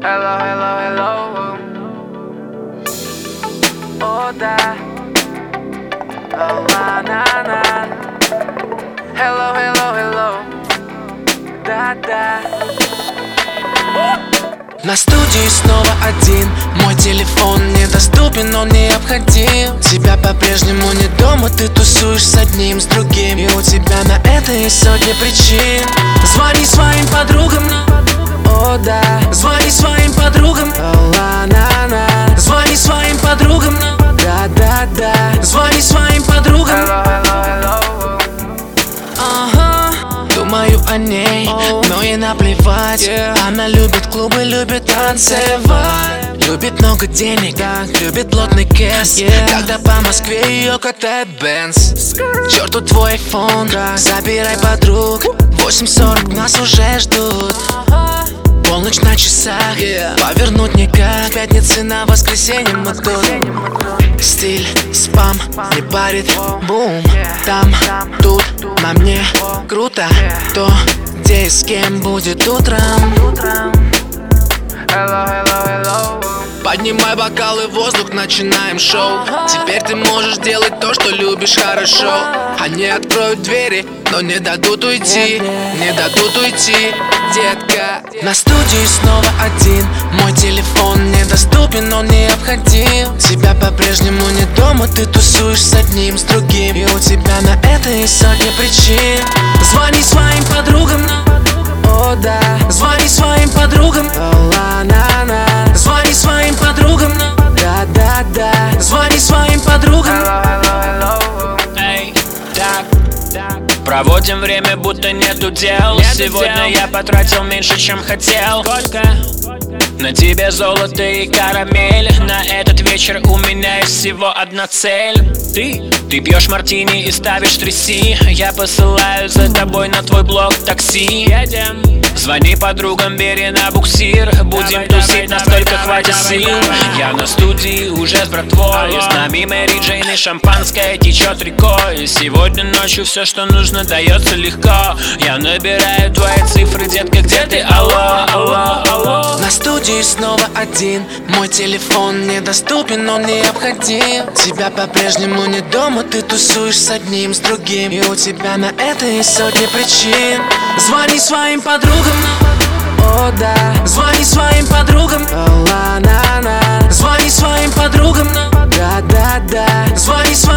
Hello, hello, hello. Oh, да. Oh, на. Hello, hello, hello. Да. На студии снова один. Мой телефон недоступен, он необходим. Тебя по-прежнему не дома, ты тусуешь с одним, с другим. И у тебя на это есть сотни причин. Звони своим подругам, О, да. звони своим подругам, На. звони своим подругам, Да. звони своим подругам. Hello, hello. Думаю о ней, но ей наплевать. Она любит клубы, любит танцевать. Любит много денег, любит плотный кэс. Когда по Москве ее катает Бенз. К черту твой айфон, забирай подруг. 8:40 нас уже ждут. Полночь на часах, повернуть никак. Пятницы на воскресенье мы тут. Стиль, спам, не парит, бум. Там, тут, на мне круто. То, где и с кем будет утром. Hello. Поднимай бокалы, воздух, начинаем шоу. Теперь ты можешь делать то, что любишь хорошо. Они откроют двери, но не дадут уйти. Не дадут уйти, детка. На студии снова один. Мой телефон недоступен, он необходим. Тебя по-прежнему не дома, ты тусуешь с одним, с другим. И у тебя на это есть сотни причин. Звони своим подругам, О, да. звони своим подругам, На. звони своим подругам, Да. звони своим подругам. Hello. Эй, так, проводим время, будто нету дел. Сегодня я потратил меньше, чем хотел. Сколько? На тебе золото и карамель. На этот вечер у меня есть всего одна цель. Ты пьешь мартини и ставишь 3C. Я посылаю за тобой на твой блок такси. Едем. Звони подругам, бери на буксир. Будем тусить, настолько хватит сил. Я на студии уже с братвой. С нами Мэри Джейн и шампанское течет рекой. Сегодня ночью все, что нужно, дается легко. Я набираю твои цифры, детка, где ты? Алло. На студии снова один. Мой телефон недоступен, он необходим. Тебя по-прежнему не дома, ты тусуешь с одним, с другим. И у тебя на это есть сотни причин. Звони своим подругам, О, да. звони своим подругам, На. звони своим подругам, Да. звони своим